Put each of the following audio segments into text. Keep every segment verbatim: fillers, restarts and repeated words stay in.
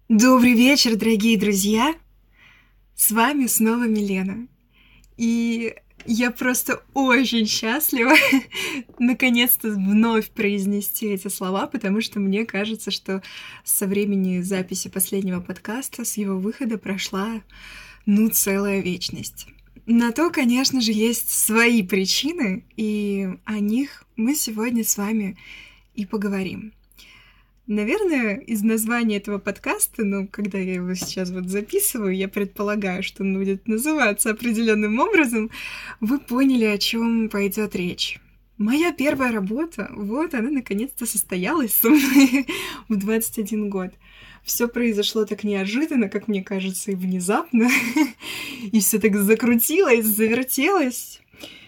Добрый вечер, дорогие друзья! С вами снова Милена. И я просто очень счастлива наконец-то вновь произнести эти слова, потому что мне кажется, что со времени записи последнего подкаста, с его выхода прошла, ну, целая вечность. На то, конечно же, есть свои причины, и о них мы сегодня с вами и поговорим. Наверное, из названия этого подкаста, ну, когда я его сейчас вот записываю, я предполагаю, что он будет называться определенным образом, вы поняли, о чем пойдет речь. Моя первая работа, вот она наконец-то состоялась со мной в двадцать один год. Все произошло так неожиданно, как мне кажется, и внезапно, и все так закрутилось, завертелось.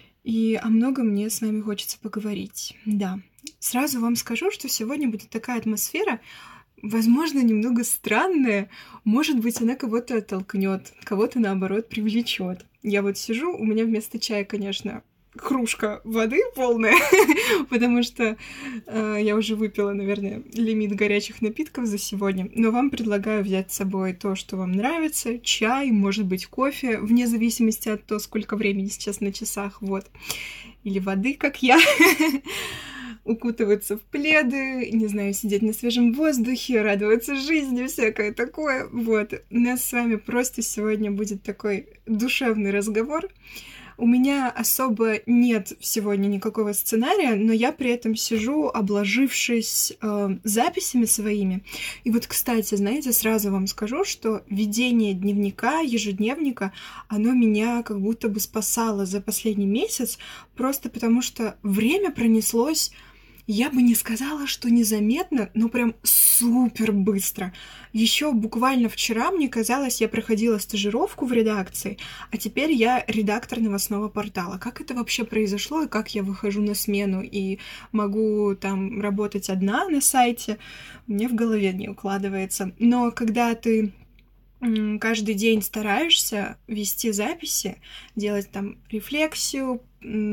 И о многом мне с вами хочется поговорить. Да. Сразу вам скажу, что сегодня будет такая атмосфера, возможно, немного странная. Может быть, она кого-то оттолкнет, кого-то, наоборот, привлечет. Я вот сижу, у меня вместо чая, конечно, кружка воды полная, потому что э, я уже выпила, наверное, лимит горячих напитков за сегодня. Но вам предлагаю взять с собой то, что вам нравится, чай, может быть, кофе, вне зависимости от того, сколько времени сейчас на часах, вот. Или воды, как я. Укутываться в пледы, не знаю, сидеть на свежем воздухе, радоваться жизни, всякое такое. Вот. У нас с вами просто сегодня будет такой душевный разговор. У меня особо нет сегодня никакого сценария, но я при этом сижу, обложившись э, записями своими. И вот, кстати, знаете, сразу вам скажу, что ведение дневника, ежедневника, оно меня как будто бы спасало за последний месяц, просто потому что время пронеслось. Я бы не сказала, что незаметно, но прям супер быстро. Еще буквально вчера, мне казалось, я проходила стажировку в редакции, а теперь я редактор новостного портала. Как это вообще произошло, и как я выхожу на смену и могу там работать одна на сайте, мне в голове не укладывается. Но когда ты каждый день стараешься вести записи, делать там рефлексию,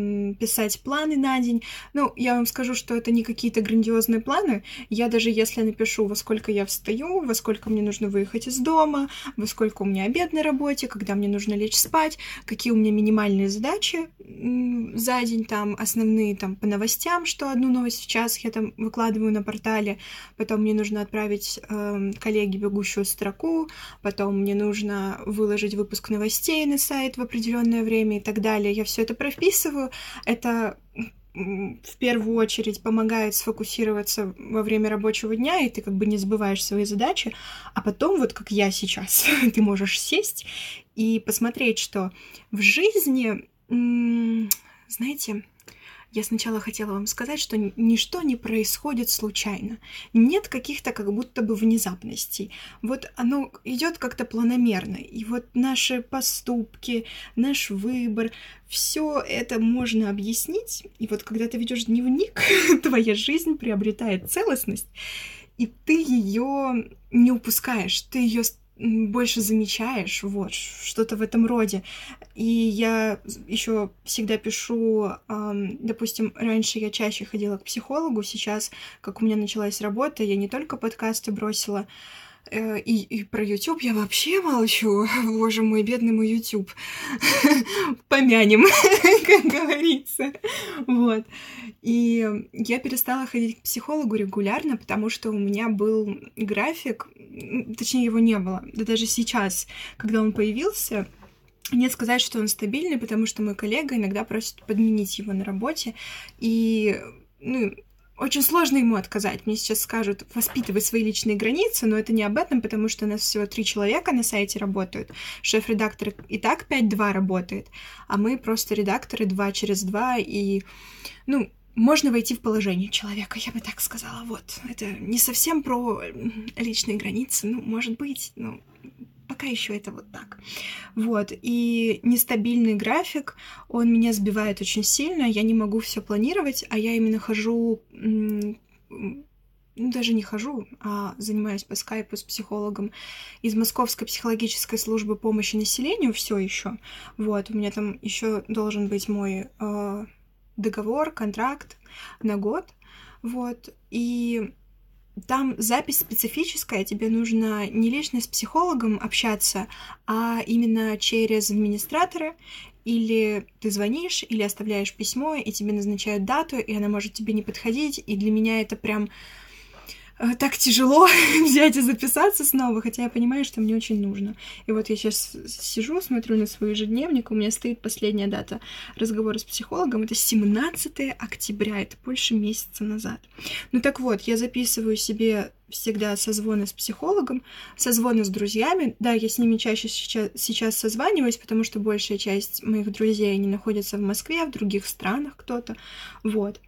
писать планы на день. Ну, я вам скажу, что это не какие-то грандиозные планы. Я даже если напишу, во сколько я встаю, во сколько мне нужно выехать из дома, во сколько у меня обед на работе, когда мне нужно лечь спать, какие у меня минимальные задачи за день, там, основные там по новостям, что одну новость в час я там выкладываю на портале, потом мне нужно отправить э, коллеге бегущую строку, потом мне нужно выложить выпуск новостей на сайт в определенное время и так далее. Я все это прописываю. Это в первую очередь помогает сфокусироваться во время рабочего дня, и ты как бы не забываешь свои задачи, а потом, вот как я сейчас, ты можешь сесть и посмотреть, что в жизни, знаете, я сначала хотела вам сказать, что ничто не происходит случайно. Нет каких-то как будто бы внезапностей. Вот оно идет как-то планомерно. И вот наши поступки, наш выбор, все это можно объяснить. И вот когда ты ведешь дневник, твоя жизнь приобретает целостность, и ты ее не упускаешь, ты ее больше замечаешь, вот, что-то в этом роде. И я еще всегда пишу, эм, допустим, раньше я чаще ходила к психологу, сейчас, как у меня началась работа, я не только подкасты бросила, э, и, и про YouTube я вообще молчу, боже мой, бедный мой YouTube, помянем, как говорится, вот. И я перестала ходить к психологу регулярно, потому что у меня был график, точнее, его не было. Да даже сейчас, когда он появился, не сказать, что он стабильный, потому что мой коллега иногда просит подменить его на работе, и, ну, очень сложно ему отказать. Мне сейчас скажут, воспитывай свои личные границы, но это не об этом, потому что у нас всего три человека на сайте работают. Шеф-редактор и так пять-два работает, а мы просто редакторы два через два, и, ну, можно войти в положение человека, я бы так сказала. Вот, это не совсем про личные границы, ну, может быть, ну, пока еще это вот так. Вот, и нестабильный график, он меня сбивает очень сильно, я не могу все планировать, а я именно хожу, ну, даже не хожу, а занимаюсь по скайпу с психологом из Московской психологической службы помощи населению все еще. Вот, у меня там еще должен быть мой договор, контракт на год, вот, и там запись специфическая, тебе нужно не лично с психологом общаться, а именно через администратора, или ты звонишь, или оставляешь письмо, и тебе назначают дату, и она может тебе не подходить, и для меня это прям так тяжело взять и записаться снова, хотя я понимаю, что мне очень нужно. И вот я сейчас сижу, смотрю на свой ежедневник, у меня стоит последняя дата разговора с психологом, это семнадцатое октября, это больше месяца назад. Ну так вот, я записываю себе всегда созвоны с психологом, созвоны с друзьями. Да, я с ними чаще сейчас, сейчас созваниваюсь, потому что большая часть моих друзей, они находятся в Москве, в других странах кто-то, вот.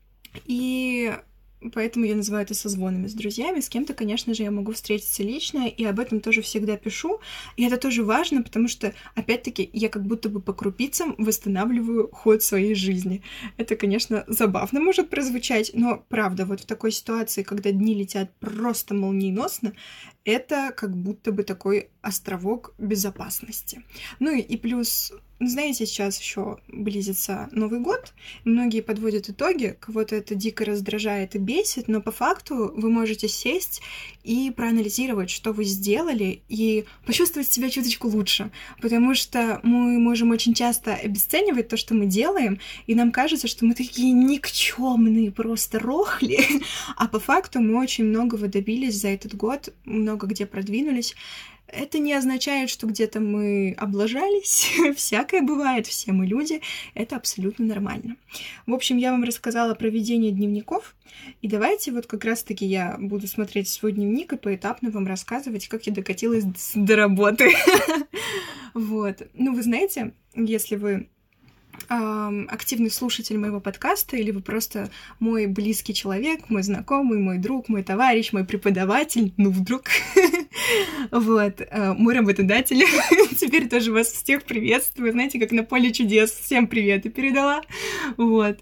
И поэтому я называю это созвонами с друзьями. С кем-то, конечно же, я могу встретиться лично, и об этом тоже всегда пишу. И это тоже важно, потому что, опять-таки, я как будто бы по крупицам восстанавливаю ход своей жизни. Это, конечно, забавно может прозвучать, но правда, вот в такой ситуации, когда дни летят просто молниеносно, это как будто бы такой островок безопасности. Ну и, и плюс, знаете, сейчас еще близится Новый год, многие подводят итоги, кого-то это дико раздражает и бесит, но по факту вы можете сесть и проанализировать, что вы сделали, и почувствовать себя чуточку лучше, потому что мы можем очень часто обесценивать то, что мы делаем, и нам кажется, что мы такие никчемные, просто рохли, а по факту мы очень многого добились за этот год, много где продвинулись. Это не означает, что где-то мы облажались. Всякое бывает, все мы люди. Это абсолютно нормально. В общем, я вам рассказала про ведение дневников. И давайте вот как раз-таки я буду смотреть свой дневник и поэтапно вам рассказывать, как я докатилась до работы. Вот. Ну, вы знаете, если вы активный слушатель моего подкаста, или вы просто мой близкий человек, мой знакомый, мой друг, мой товарищ, мой преподаватель, ну вдруг, вот, мой работодатель, теперь тоже вас всех приветствую, знаете, как на поле чудес, всем привет и передала, вот.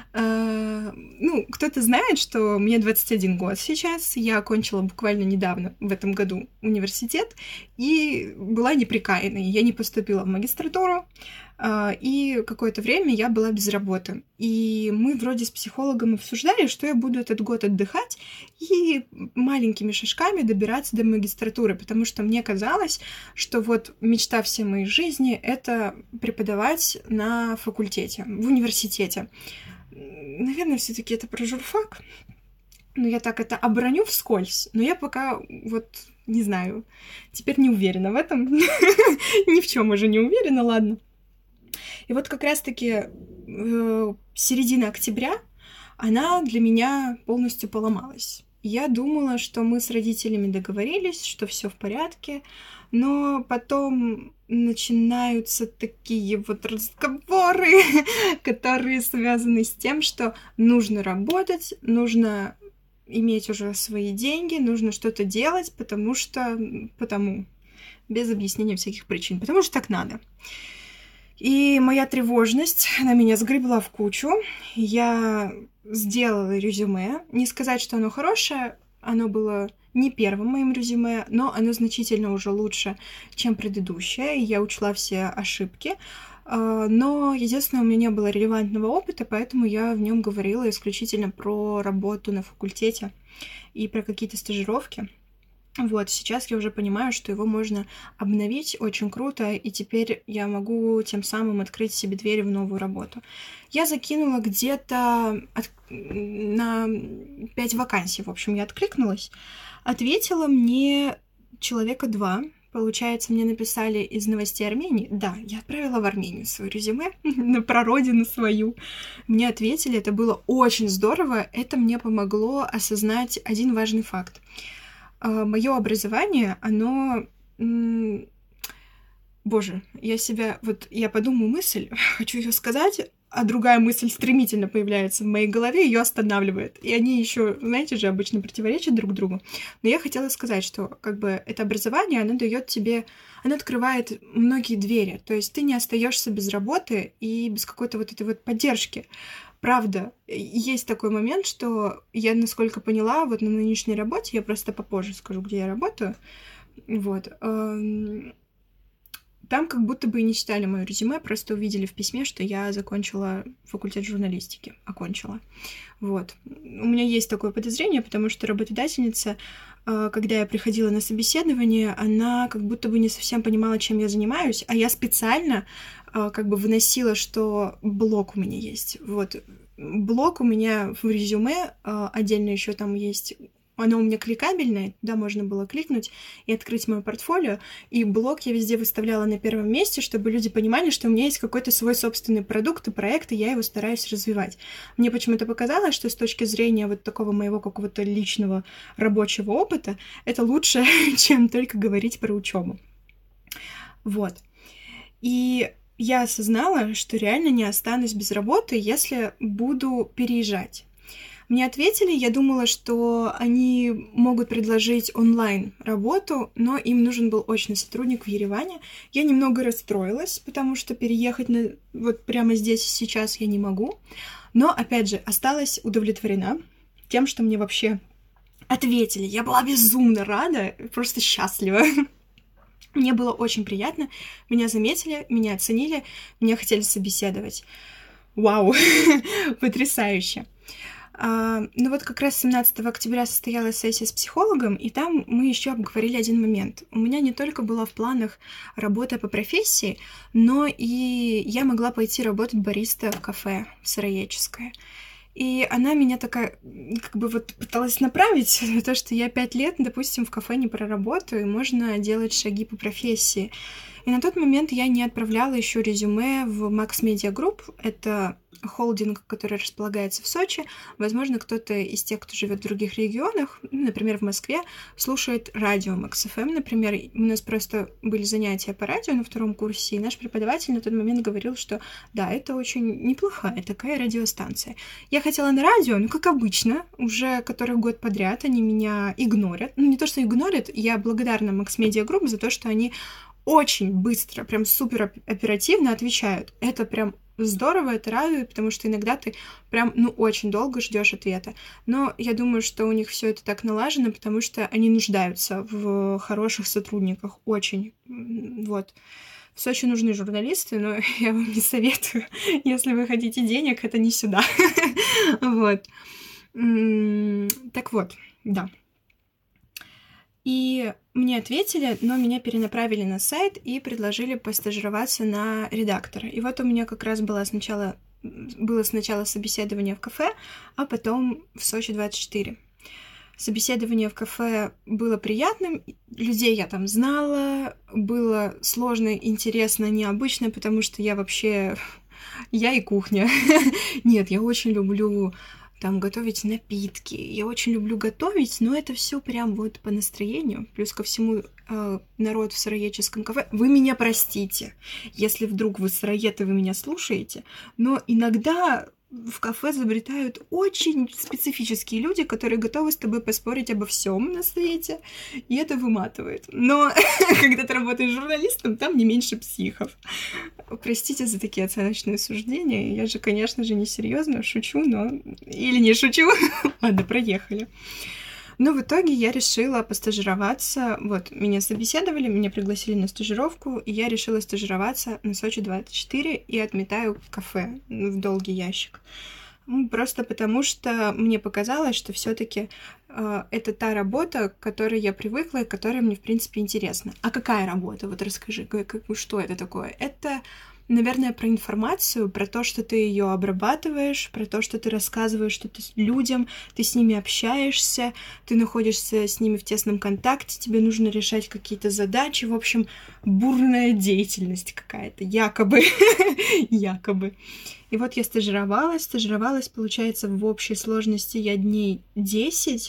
Ну, кто-то знает, что мне двадцать один год сейчас, я окончила буквально недавно, в этом году, университет, и была неприкаянной, я не поступила в магистратуру, и какое-то время я была без работы. И мы вроде с психологом обсуждали, что я буду этот год отдыхать и маленькими шажками добираться до магистратуры, потому что мне казалось, что вот мечта всей моей жизни — это преподавать на факультете, в университете. Наверное, все-таки это про журфак. Но я так это оброню вскользь, но я пока вот не знаю, теперь не уверена в этом. Ни в чем уже не уверена, ладно. И вот как раз-таки э, середина октября, она для меня полностью поломалась. Я думала, что мы с родителями договорились, что все в порядке, но потом начинаются такие вот разговоры, которые связаны с тем, что нужно работать, нужно иметь уже свои деньги, нужно что-то делать, потому что... потому. Без объяснения всяких причин. Потому что так надо. И моя тревожность, она меня сгребла в кучу. Я сделала резюме. Не сказать, что оно хорошее, оно было не первым моим резюме, но оно значительно уже лучше, чем предыдущее. Я учла все ошибки. Но, единственное, у меня не было релевантного опыта, поэтому я в нем говорила исключительно про работу на факультете и про какие-то стажировки. Вот, сейчас я уже понимаю, что его можно обновить очень круто, и теперь я могу тем самым открыть себе двери в новую работу. Я закинула где-то от... на пять вакансий, в общем, я откликнулась. Ответила мне человека два. Получается, мне написали из новостей Армении. Да, я отправила в Армению свое резюме, на прародину свою. Мне ответили, это было очень здорово, это мне помогло осознать один важный факт. Мое образование, оно... Боже, я себя... Вот я подумаю мысль, хочу ее сказать, а другая мысль стремительно появляется в моей голове, ее останавливает. И они еще, знаете же, обычно противоречат друг другу. Но я хотела сказать, что как бы это образование, оно дает тебе... Оно открывает многие двери. То есть ты не остаешься без работы и без какой-то вот этой вот поддержки. Правда, есть такой момент, что я, насколько поняла, вот на нынешней работе, я просто попозже скажу, где я работаю, вот, там там как будто бы и не читали моё резюме, просто увидели в письме, что я закончила факультет журналистики, окончила. Вот. У меня есть такое подозрение, потому что работодательница, когда я приходила на собеседование, она как будто бы не совсем понимала, чем я занимаюсь, а я специально как бы выносила, что блог у меня есть. Вот. Блог у меня в резюме, отдельно еще там есть. Оно у меня кликабельное, туда можно было кликнуть и открыть моё портфолио. И блог я везде выставляла на первом месте, чтобы люди понимали, что у меня есть какой-то свой собственный продукт и проект, и я его стараюсь развивать. Мне почему-то показалось, что с точки зрения вот такого моего какого-то личного рабочего опыта, это лучше, чем только говорить про учёбу. Вот. И я осознала, что реально не останусь без работы, если буду переезжать. Мне ответили, я думала, что они могут предложить онлайн-работу, но им нужен был очный сотрудник в Ереване. Я немного расстроилась, потому что переехать на... вот прямо здесь и сейчас я не могу. Но, опять же, осталась удовлетворена тем, что мне вообще ответили. Я была безумно рада, просто счастлива. Мне было очень приятно. Меня заметили, меня оценили, меня хотели собеседовать. Вау, потрясающе. А, ну вот как раз семнадцатого октября состоялась сессия с психологом, и там мы еще обговорили один момент. У меня не только была в планах работа по профессии, но и я могла пойти работать бариста в кафе в Сыроедческое. И она меня такая, как бы вот пыталась направить на то, что я пять лет, допустим, в кафе не проработаю, и можно делать шаги по профессии. И на тот момент я не отправляла еще резюме в Max Media Group. Это холдинг, который располагается в Сочи. Возможно, кто-то из тех, кто живет в других регионах, например, в Москве, слушает радио Max эф эм, например. У нас просто были занятия по радио на втором курсе, и наш преподаватель на тот момент говорил, что да, это очень неплохая такая радиостанция. Я хотела на радио, но, как обычно, уже который год подряд они меня игнорят. Ну, не то, что игнорят, я благодарна Max Media Group за то, что они очень быстро, прям супер оперативно отвечают. Это прям здорово, это радует, потому что иногда ты прям, ну, очень долго ждешь ответа. Но я думаю, что у них все это так налажено, потому что они нуждаются в хороших сотрудниках. Очень. Вот. В Сочи нужны журналисты, но я вам не советую. Если вы хотите денег, это не сюда. Вот. Так вот, да. И мне ответили, но меня перенаправили на сайт и предложили постажироваться на редактора. И вот у меня как раз было сначала, было сначала собеседование в кафе, а потом в Сочи двадцать четыре. Собеседование в кафе было приятным, людей я там знала, было сложно, интересно, необычно, потому что я вообще... Я и кухня. Нет, я очень люблю... там готовить напитки. Я очень люблю готовить, но это все прям вот по настроению. Плюс ко всему э, народ в Сыроедческом кафе. Вы меня простите, если вдруг вы сыроед и вы меня слушаете, но иногда в кафе забретают очень специфические люди, которые готовы с тобой поспорить обо всем на свете, и это выматывает. Но когда ты работаешь журналистом, там не меньше психов. Простите за такие оценочные суждения. Я же, конечно же, не серьезно шучу, но... Или не шучу. Ладно, проехали. Но в итоге я решила постажироваться. Вот, меня собеседовали, меня пригласили на стажировку, и я решила стажироваться на Сочи двадцать четыре и отметаю кафе в долгий ящик. Просто потому, что мне показалось, что все-таки э, это та работа, к которой я привыкла и которая мне, в принципе, интересна. А какая работа? Вот расскажи, как, что это такое? Это, наверное, про информацию, про то, что ты ее обрабатываешь, про то, что ты рассказываешь что-то людям, ты с ними общаешься, ты находишься с ними в тесном контакте, тебе нужно решать какие-то задачи. В общем, бурная деятельность какая-то, якобы, якобы. И вот я стажировалась, стажировалась, получается, в общей сложности я дней десять,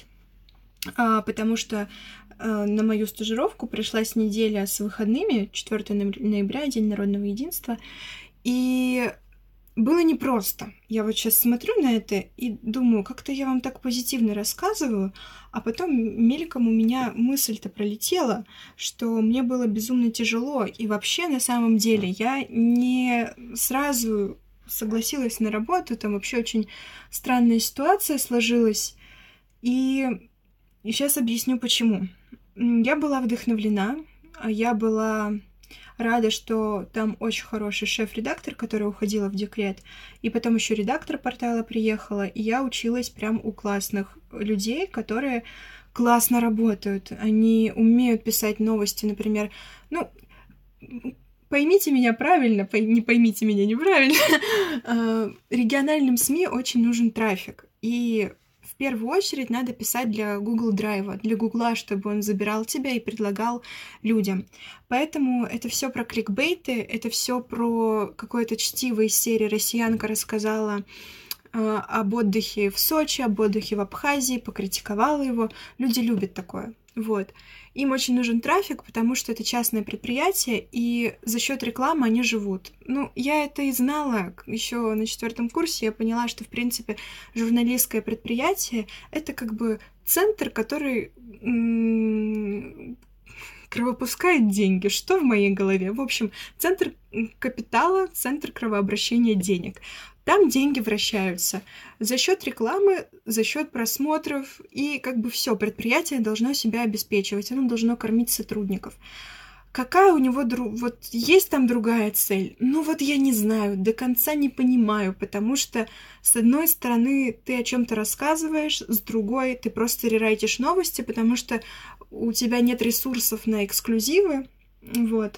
потому что на мою стажировку пришлась неделя с выходными, четвёртого ноября, День народного единства, и было непросто. Я вот сейчас смотрю на это и думаю, как-то я вам так позитивно рассказываю, а потом мельком у меня мысль-то пролетела, что мне было безумно тяжело, и вообще на самом деле я не сразу... согласилась на работу, там вообще очень странная ситуация сложилась, и, и сейчас объясню, почему. Я была вдохновлена, я была рада, что там очень хороший шеф-редактор, которая уходила в декрет, и потом еще редактор портала приехала, и я училась прям у классных людей, которые классно работают. Они умеют писать новости, например, ну, поймите меня правильно, не поймите меня неправильно, региональным СМИ очень нужен трафик, и в первую очередь надо писать для Google Drive, для Гугла, чтобы он забирал тебя и предлагал людям. Поэтому это все про кликбейты, это все про какое-то чтиво из серии «Россиянка рассказала э, об отдыхе в Сочи, об отдыхе в Абхазии, покритиковала его». Люди любят такое. Вот. Им очень нужен трафик, потому что это частное предприятие, и за счет рекламы они живут. Ну, я это и знала еще на четвертом курсе. Я поняла, что, в принципе, журналистское предприятие — это как бы центр, который м- кровопускает деньги. Что в моей голове? В общем, центр капитала, центр кровообращения денег. Там деньги вращаются за счет рекламы, за счет просмотров, и как бы все предприятие должно себя обеспечивать, оно должно кормить сотрудников. Какая у него дру... вот есть там другая цель? Ну вот я не знаю, до конца не понимаю, потому что с одной стороны ты о чем-то рассказываешь, с другой ты просто рерайтишь новости, потому что у тебя нет ресурсов на эксклюзивы, вот.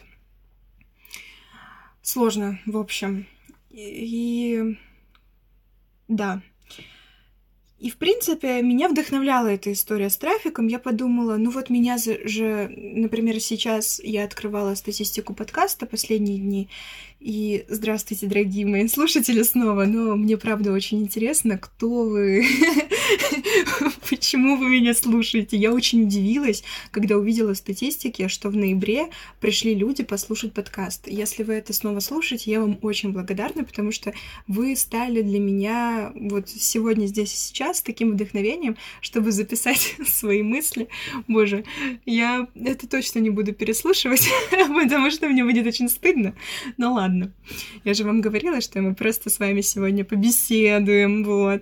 Сложно, в общем. И да. И, в принципе, меня вдохновляла эта история с трафиком. Я подумала, ну вот меня же, например, сейчас я открывала статистику подкаста последние дни, и здравствуйте, дорогие мои слушатели, снова, но мне, правда, очень интересно, кто вы, почему вы меня слушаете. Я очень удивилась, когда увидела в статистике, что в ноябре пришли люди послушать подкаст. Если вы это снова слушаете, я вам очень благодарна, потому что вы стали для меня вот сегодня, здесь и сейчас таким вдохновением, чтобы записать свои мысли. Боже, я это точно не буду переслушивать, потому что мне будет очень стыдно. Но ладно. Я же вам говорила, что мы просто с вами сегодня побеседуем, вот.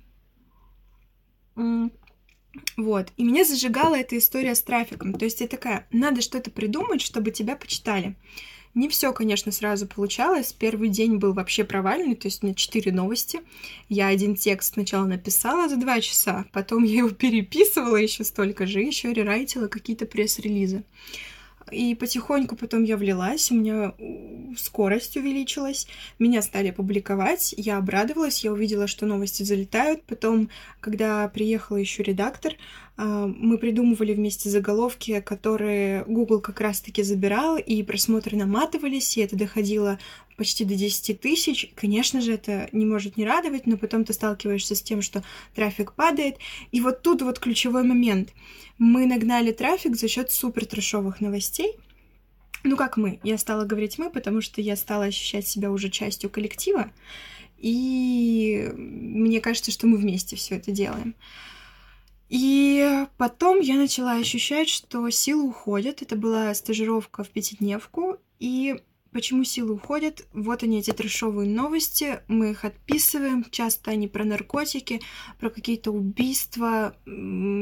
Вот. И меня зажигала эта история с трафиком. То есть я такая, надо что-то придумать, чтобы тебя почитали. Не все, конечно, сразу получалось. Первый день был вообще провальный, то есть у меня четыре новости. Я один текст сначала написала за два часа, потом я его переписывала еще столько же, еще рерайтила какие-то пресс-релизы. И потихоньку потом я влилась, у меня скорость увеличилась, меня стали публиковать, я обрадовалась, я увидела, что новости залетают. Потом, когда приехал еще редактор, мы придумывали вместе заголовки, которые Google как раз-таки забирал, и просмотры наматывались, и это доходило почти до десять тысяч. Конечно же, это не может не радовать, но потом ты сталкиваешься с тем, что трафик падает. И вот тут вот ключевой момент. Мы нагнали трафик за счет супер трэшовых новостей. Ну, как мы? Я стала говорить мы, потому что я стала ощущать себя уже частью коллектива, и мне кажется, что мы вместе все это делаем. И потом я начала ощущать, что силы уходят. Это была стажировка в пятидневку, и почему силы уходят? Вот они, эти трэшовые новости, мы их отписываем, часто они про наркотики, про какие-то убийства, про,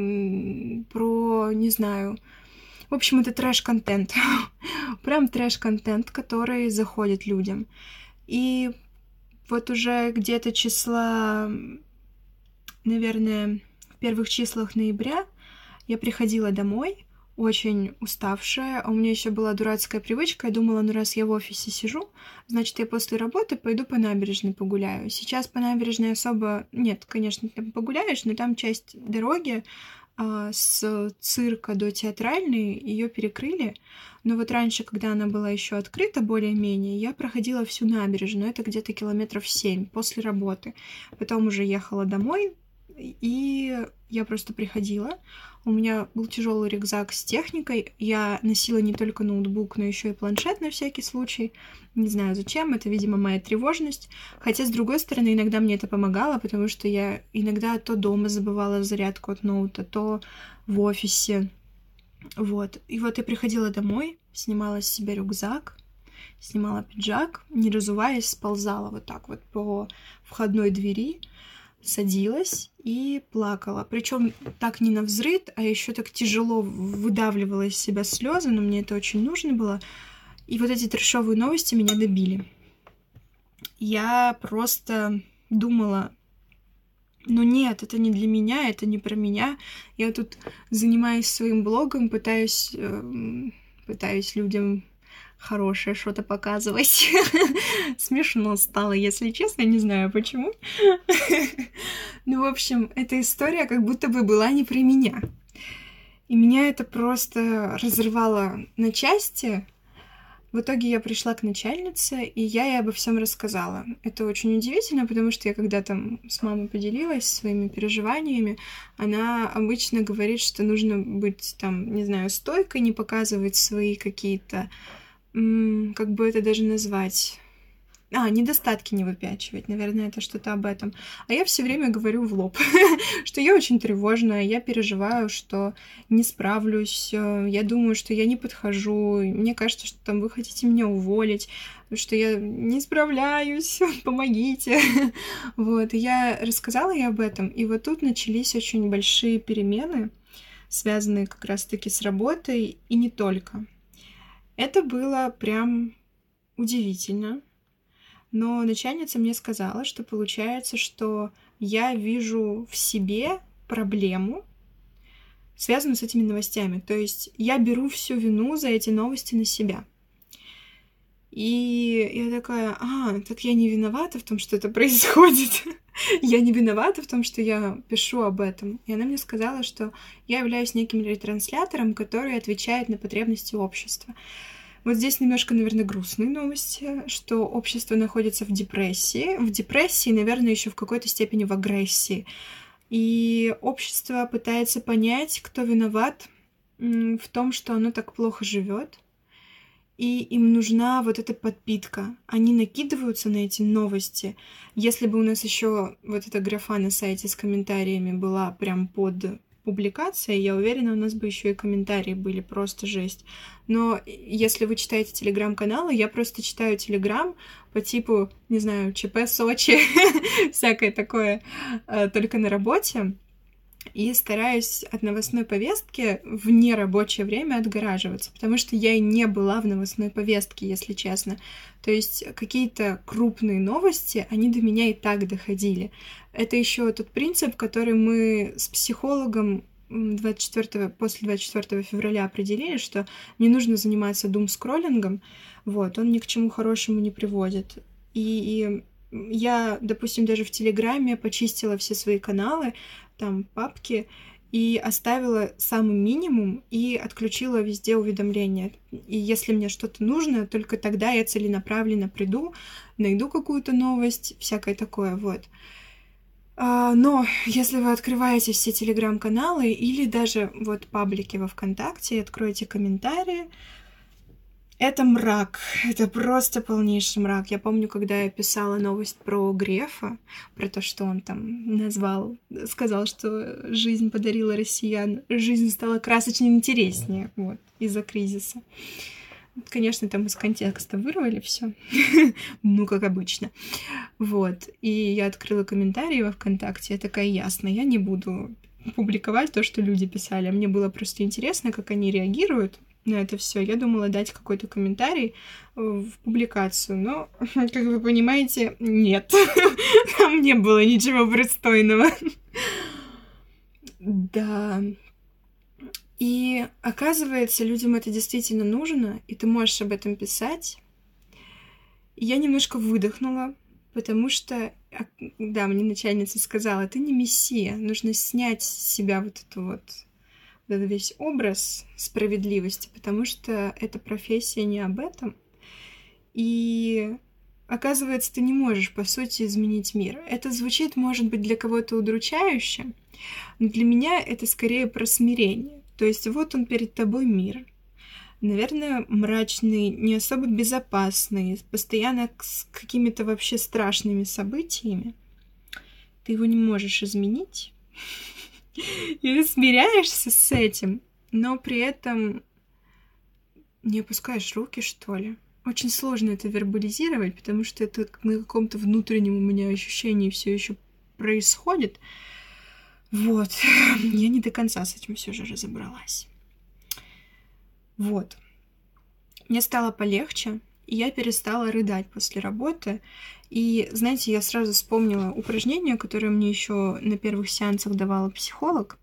не знаю, в общем, это трэш-контент, прям трэш-контент, который заходит людям. И вот уже где-то числа, наверное, в первых числах ноября я приходила домой, очень уставшая, а у меня еще была дурацкая привычка, я думала, ну раз я в офисе сижу, значит, я после работы пойду по набережной погуляю. Сейчас по набережной особо... Нет, конечно, ты погуляешь, но там часть дороги а, с цирка до театральной, ее перекрыли. Но вот раньше, когда она была еще открыта более-менее, я проходила всю набережную, это где-то километров семь после работы. Потом уже ехала домой, и я просто приходила. У меня был тяжелый рюкзак с техникой. Я носила не только ноутбук, но еще и планшет на всякий случай. Не знаю зачем, это, видимо, моя тревожность. Хотя, с другой стороны, иногда мне это помогало, потому что я иногда то дома забывала зарядку от ноута, то в офисе. Вот. И вот я приходила домой, снимала с себя рюкзак, снимала пиджак, не разуваясь, сползала вот так вот по входной двери, садилась и плакала. Причем так не навзрыд, а еще так тяжело выдавливала из себя слезы, но мне это очень нужно было. И вот эти трешовые новости меня добили. Я просто думала, ну нет, это не для меня, это не про меня. Я тут занимаюсь своим блогом, пытаюсь, э, пытаюсь людям хорошее что-то показывать. Смешно стало, если честно, не знаю почему. Ну, в общем, эта история как будто бы была не про меня. И меня это просто разрывало на части. В итоге я пришла к начальнице, и я ей обо всем рассказала. Это очень удивительно, потому что я когда там с мамой поделилась своими переживаниями, она обычно говорит, что нужно быть там, не знаю, стойкой, не показывать свои какие-то, м- как бы это даже назвать... А, недостатки не выпячивать, наверное, это что-то об этом. А я все время говорю в лоб, что я очень тревожная, я переживаю, что не справлюсь, я думаю, что я не подхожу, мне кажется, что там вы хотите меня уволить, что я не справляюсь, помогите. Вот, и я рассказала ей об этом, и вот тут начались очень большие перемены, связанные как раз-таки с работой, и не только. Это было прям удивительно. Но начальница мне сказала, что получается, что я вижу в себе проблему, связанную с этими новостями. То есть я беру всю вину за эти новости на себя. И я такая, а, так я не виновата в том, что это происходит. Я не виновата в том, что я пишу об этом. И она мне сказала, что я являюсь неким ретранслятором, который отвечает на потребности общества. Вот здесь немножко, наверное, грустные новости, что общество находится в депрессии. В депрессии, наверное, еще в какой-то степени в агрессии. И общество пытается понять, кто виноват в том, что оно так плохо живет. И им нужна вот эта подпитка. Они накидываются на эти новости. Если бы у нас еще вот эта графа на сайте с комментариями была прям под публикацией, я уверена, у нас бы еще и комментарии были просто жесть. Но если вы читаете телеграм-каналы, я просто читаю телеграм по типу, не знаю, ЧП Сочи, всякое такое, только на работе. И стараюсь от новостной повестки в нерабочее время отгораживаться, потому что я и не была в новостной повестке, если честно. То есть какие-то крупные новости, они до меня и так доходили. Это еще тот принцип, который мы с психологом двадцать четвёртого, после двадцать четвёртого февраля определили, что не нужно заниматься думскроллингом, вот, он ни к чему хорошему не приводит. И, и я, допустим, даже в Телеграме почистила все свои каналы, там, папки, и оставила самый минимум и отключила везде уведомления. И если мне что-то нужно, только тогда я целенаправленно приду, найду какую-то новость, всякое такое, вот. Но если вы открываете все телеграм-каналы или даже вот паблики во ВКонтакте, откроете комментарии, это мрак, это просто полнейший мрак. Я помню, когда я писала новость про Грефа, про то, что он там назвал, сказал, что жизнь подарила россиян, жизнь стала красочнее и интереснее, вот, из-за кризиса. Конечно, там из контекста вырвали все, ну, как обычно. Вот, и я открыла комментарии во ВКонтакте, я такая, ясно, я не буду публиковать то, что люди писали. Мне было просто интересно, как они реагируют на это все. Я думала дать какой-то комментарий в публикацию, но, как вы понимаете, нет. Там не было ничего пристойного. Да. И оказывается, людям это действительно нужно, и ты можешь об этом писать. И я немножко выдохнула, потому что, да, мне начальница сказала, ты не мессия, нужно снять с себя вот эту вот этот весь образ справедливости, потому что эта профессия не об этом. И оказывается, ты не можешь, по сути, изменить мир. Это звучит, может быть, для кого-то удручающе, но для меня это скорее про смирение. То есть вот он перед тобой мир. Наверное, мрачный, не особо безопасный, постоянно с какими-то вообще страшными событиями. Ты его не можешь изменить. И смиряешься с этим, но при этом не опускаешь руки, что ли. Очень сложно это вербализировать, потому что это на каком-то внутреннем у меня ощущении все еще происходит. Вот. Я не до конца с этим все же разобралась. Вот. мне стало полегче, и я перестала рыдать после работы. И, знаете, я сразу вспомнила упражнение, которое мне еще на первых сеансах давала психолог.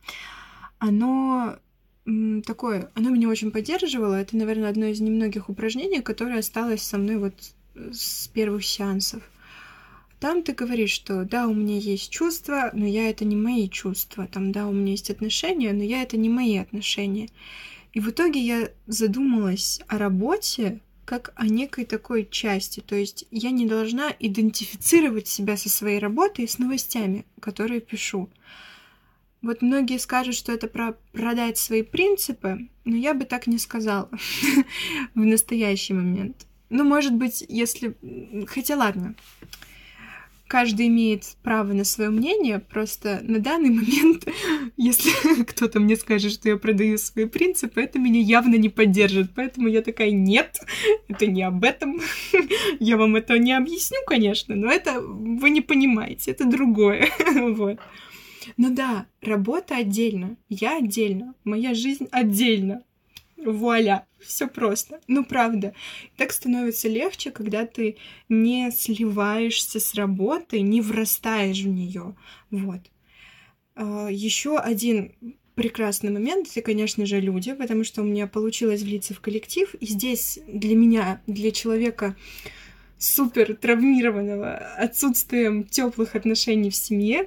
Оно м, такое, оно меня очень поддерживало. Это, наверное, одно из немногих упражнений, которое осталось со мной вот с первых сеансов. Там ты говоришь, что да, у меня есть чувства, но я это не мои чувства. Там, да, у меня есть отношения, но я это не мои отношения. И в итоге я задумалась о работе как о некой такой части. То есть я не должна идентифицировать себя со своей работой и с новостями, которые пишу. Вот многие скажут, что это про продать свои принципы, но я бы так не сказала в настоящий момент. Ну, может быть, если... Хотя ладно, каждый имеет право на свое мнение, просто на данный момент, если кто-то мне скажет, что я продаю свои принципы, это меня явно не поддержит. Поэтому я такая, нет, это не об этом. Я вам это не объясню, конечно, но это вы не понимаете, это другое. Вот. Ну да, работа отдельно, я отдельно, моя жизнь отдельно. Вуаля, все просто. Ну, правда. Так становится легче, когда ты не сливаешься с работой, не врастаешь в нее. Вот. Еще один прекрасный момент — это, конечно же, люди, потому что у меня получилось влиться в коллектив, и здесь для меня, для человека супер травмированного отсутствием теплых отношений в семье,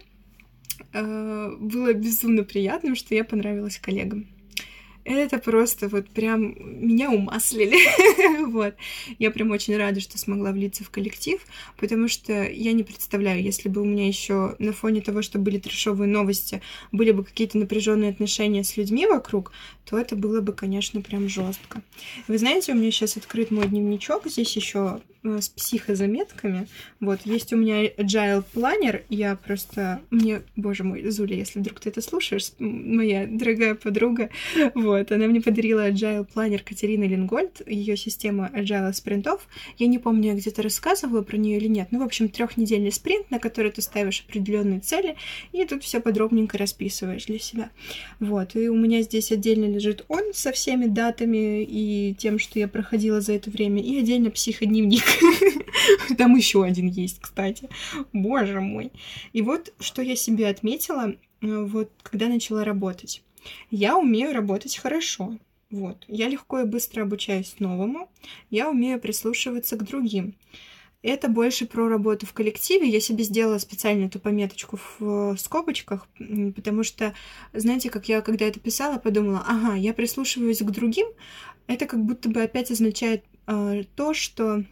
было безумно приятным, что я понравилась коллегам. Это просто вот прям меня умаслили. Вот. Я прям очень рада, что смогла влиться в коллектив, потому что я не представляю, если бы у меня еще на фоне того, что были трешовые новости, были бы какие-то напряженные отношения с людьми вокруг, то это было бы, конечно, прям жестко. Вы знаете, у меня сейчас открыт мой дневничок, здесь еще с психозаметками. Вот, есть у меня Agile планер, я просто... Мне, боже мой, Зуля, если вдруг ты это слушаешь, моя дорогая подруга, вот, она мне подарила Agile планер Катерины Лингольд, ее система Agile спринтов. Я не помню, я где-то рассказывала про нее или нет. Ну, в общем, трехнедельный спринт, на который ты ставишь определенные цели, и тут все подробненько расписываешь для себя. Вот, и у меня здесь отдельно лежит он со всеми датами и тем, что я проходила за это время, и отдельно психодневник. Там еще один есть, кстати. Боже мой. И вот, что я себе отметила, вот, когда начала работать. Я умею работать хорошо. Вот. Я легко и быстро обучаюсь новому. Я умею прислушиваться к другим. Это больше про работу в коллективе. Я себе сделала специально эту пометочку в скобочках, потому что, знаете, как я, когда это писала, подумала, ага, я прислушиваюсь к другим. Это как будто бы опять означает э, то, что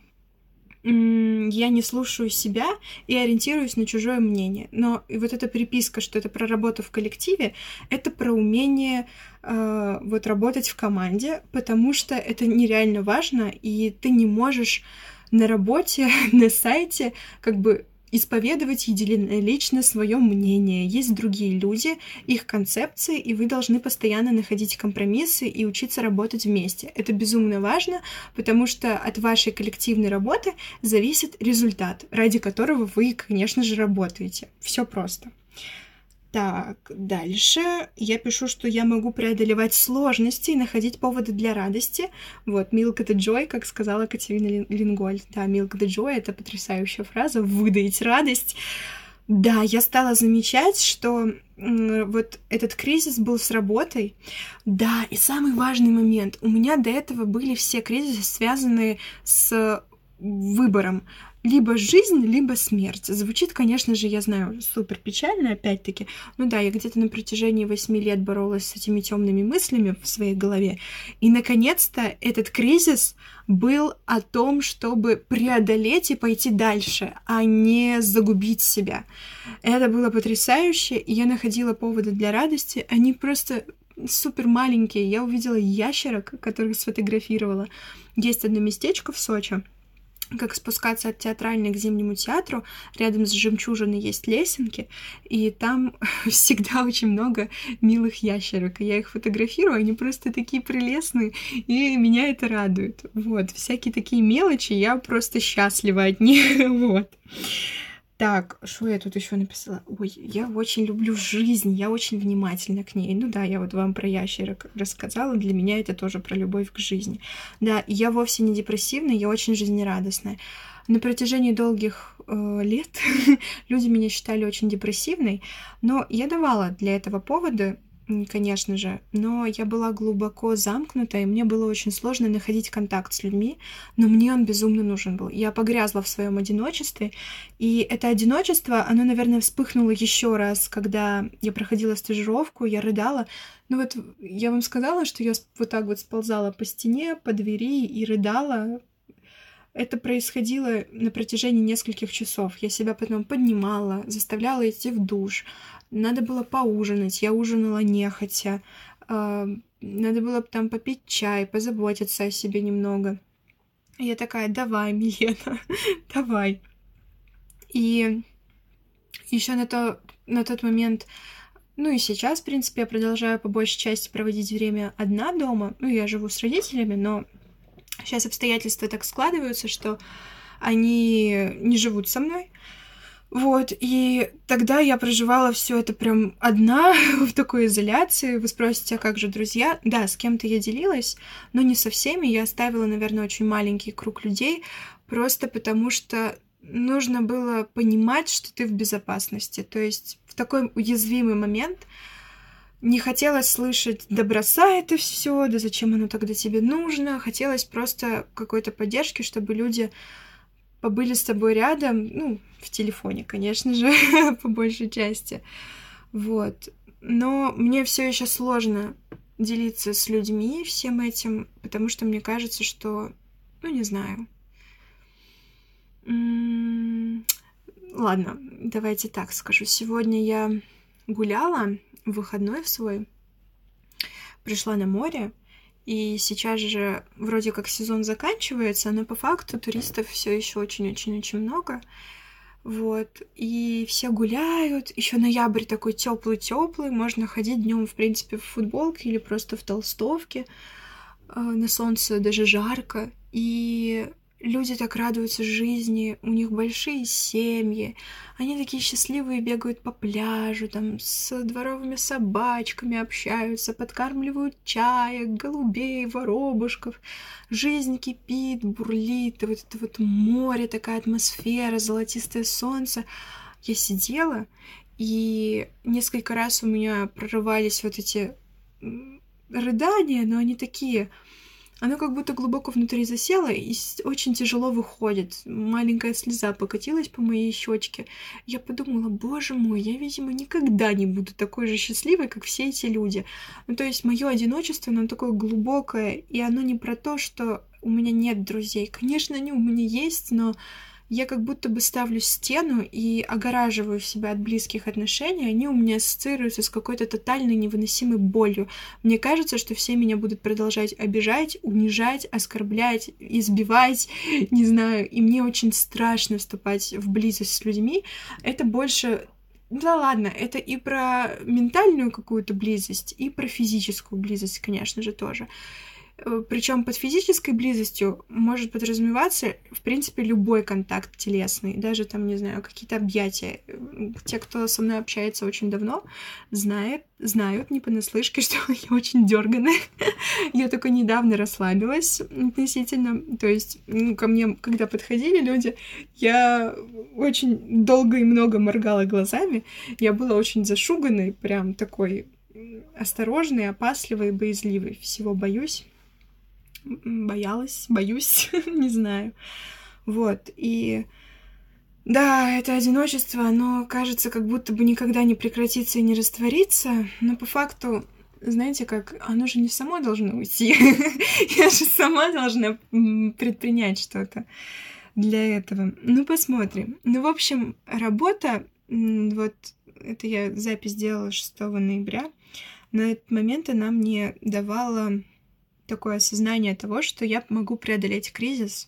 я не слушаю себя и ориентируюсь на чужое мнение. Но и вот эта приписка, что это про работу в коллективе, это про умение э, вот работать в команде, потому что это нереально важно, и ты не можешь на работе, на сайте как бы исповедовать единолично свое мнение. Есть другие люди, их концепции, и вы должны постоянно находить компромиссы и учиться работать вместе. Это безумно важно, потому что от вашей коллективной работы зависит результат, ради которого вы, конечно же, работаете. Все просто. Так, дальше я пишу, что я могу преодолевать сложности и находить поводы для радости. Вот, milk the joy, как сказала Катерина Лингольд. Да, milk the joy — это потрясающая фраза, выдаить радость. Да, я стала замечать, что м, вот этот кризис был с работой. Да, и самый важный момент. У меня до этого были все кризисы, связанные с выбором. Либо жизнь, либо смерть. Звучит, конечно же, я знаю, супер печально, опять-таки. Ну да, я где-то на протяжении восьми лет боролась с этими темными мыслями в своей голове. И, наконец-то, этот кризис был о том, чтобы преодолеть и пойти дальше, а не загубить себя. Это было потрясающе, и я находила поводы для радости. Они просто супер маленькие. Я увидела ящерок, которых сфотографировала. Есть одно местечко в Сочи, как спускаться от театральной к Зимнему театру. Рядом с жемчужиной есть лесенки, и там всегда очень много милых ящерок. И я их фотографирую, они просто такие прелестные, и меня это радует. Вот, всякие такие мелочи, я просто счастлива от них. Вот. Так, что я тут еще написала? Ой, я очень люблю жизнь, я очень внимательна к ней. Ну да, я вот вам про ящера рассказала, для меня это тоже про любовь к жизни. Да, я вовсе не депрессивная, я очень жизнерадостная. На протяжении долгих э, лет люди меня считали очень депрессивной, но я давала для этого поводы, конечно же, но я была глубоко замкнута, и мне было очень сложно находить контакт с людьми, но мне он безумно нужен был. Я погрязла в своем одиночестве, и это одиночество, оно, наверное, вспыхнуло еще раз, когда я проходила стажировку, я рыдала. Ну вот я вам сказала, что я вот так вот сползала по стене, по двери и рыдала. Это происходило на протяжении нескольких часов. Я себя потом поднимала, заставляла идти в душ. Надо было поужинать, я ужинала нехотя. Надо было там попить чай, позаботиться о себе немного. И я такая: давай, Милена, давай. И еще на, то, на тот момент, ну и сейчас, в принципе, я продолжаю по большей части проводить время одна дома. Ну, я живу с родителями, но сейчас обстоятельства так складываются, что они не живут со мной. Вот, и тогда я проживала все это прям одна, в такой изоляции. Вы спросите, а как же друзья? Да, с кем-то я делилась, но не со всеми. Я оставила, наверное, очень маленький круг людей, просто потому что нужно было понимать, что ты в безопасности. То есть в такой уязвимый момент не хотелось слышать: да бросай это все, да зачем оно тогда тебе нужно. Хотелось просто какой-то поддержки, чтобы люди побыли с тобой рядом, ну, в телефоне, конечно же, по большей части. Вот. Но мне все еще сложно делиться с людьми всем этим, потому что мне кажется, что, ну, не знаю. М-м- Ладно, давайте так скажу. Сегодня я гуляла в выходной в свой, пришла на море, и сейчас же вроде как сезон заканчивается, но по факту туристов все еще очень-очень-очень много. Вот. И все гуляют. Еще ноябрь такой теплый-теплый. Можно ходить днем, в принципе, в футболке или просто в толстовке. На солнце даже жарко. И люди так радуются жизни, у них большие семьи, они такие счастливые, бегают по пляжу, там с дворовыми собачками общаются, подкармливают чаек, голубей, воробушков. Жизнь кипит, бурлит, и вот это вот море, такая атмосфера, золотистое солнце. Я сидела, и несколько раз у меня прорывались вот эти рыдания, но они такие... Оно как будто глубоко внутри засело и очень тяжело выходит. Маленькая слеза покатилась по моей щечке. Я подумала: боже мой, я, видимо, никогда не буду такой же счастливой, как все эти люди. Ну, то есть мое одиночество, оно такое глубокое, и оно не про то, что у меня нет друзей. Конечно, они у меня есть, но я как будто бы ставлю стену и огораживаю себя от близких отношений. Они у меня ассоциируются с какой-то тотальной невыносимой болью. Мне кажется, что все меня будут продолжать обижать, унижать, оскорблять, избивать, не знаю. И мне очень страшно вступать в близость с людьми. Это больше... Да ладно, это и про ментальную какую-то близость, и про физическую близость, конечно же, тоже. Причем под физической близостью может подразумеваться, в принципе, любой контакт телесный, даже там, не знаю, какие-то объятия. Те, кто со мной общается очень давно, знают, знают не понаслышке, что я очень дерганая. Я только недавно расслабилась относительно. То есть, ну, ко мне, когда подходили люди, я очень долго и много моргала глазами. Я была очень зашуганной, прям такой осторожной, опасливой, боязливой. Всего боюсь. Боялась, боюсь, не знаю. Вот, и да, это одиночество, оно кажется, как будто бы никогда не прекратится и не растворится, но по факту, знаете, как, оно же не само должно уйти. Я же сама должна предпринять что-то для этого. Ну, посмотрим. Ну, в общем, работа, вот, это я запись делала шестого ноября, на этот момент она мне давала такое осознание того, что я могу преодолеть кризис.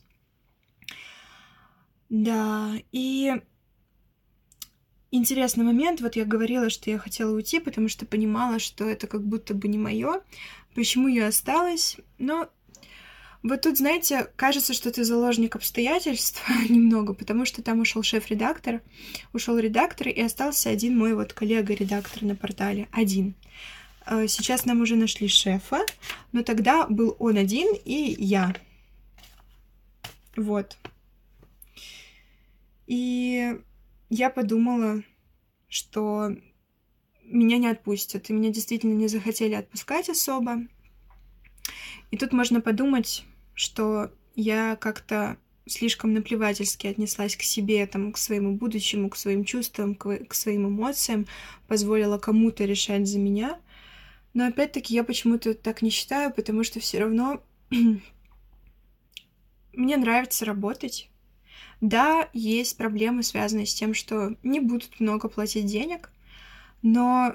Да, и интересный момент, вот я говорила, что я хотела уйти, потому что понимала, что это как будто бы не мое. Почему я осталась? Но Вот тут, знаете, кажется, что ты заложник обстоятельств немного, потому что там ушел шеф-редактор, ушел редактор, и остался один мой вот коллега-редактор на портале. Один. Сейчас нам уже нашли шефа, но тогда был он один и я. Вот. И я подумала, что меня не отпустят, и меня действительно не захотели отпускать особо. И тут можно подумать, что я как-то слишком наплевательски отнеслась к себе, там, к своему будущему, к своим чувствам, к, к своим эмоциям, позволила кому-то решать за меня. Но опять-таки я почему-то так не считаю, потому что все равно мне нравится работать. Да, есть проблемы, связанные с тем, что не будут много платить денег, но,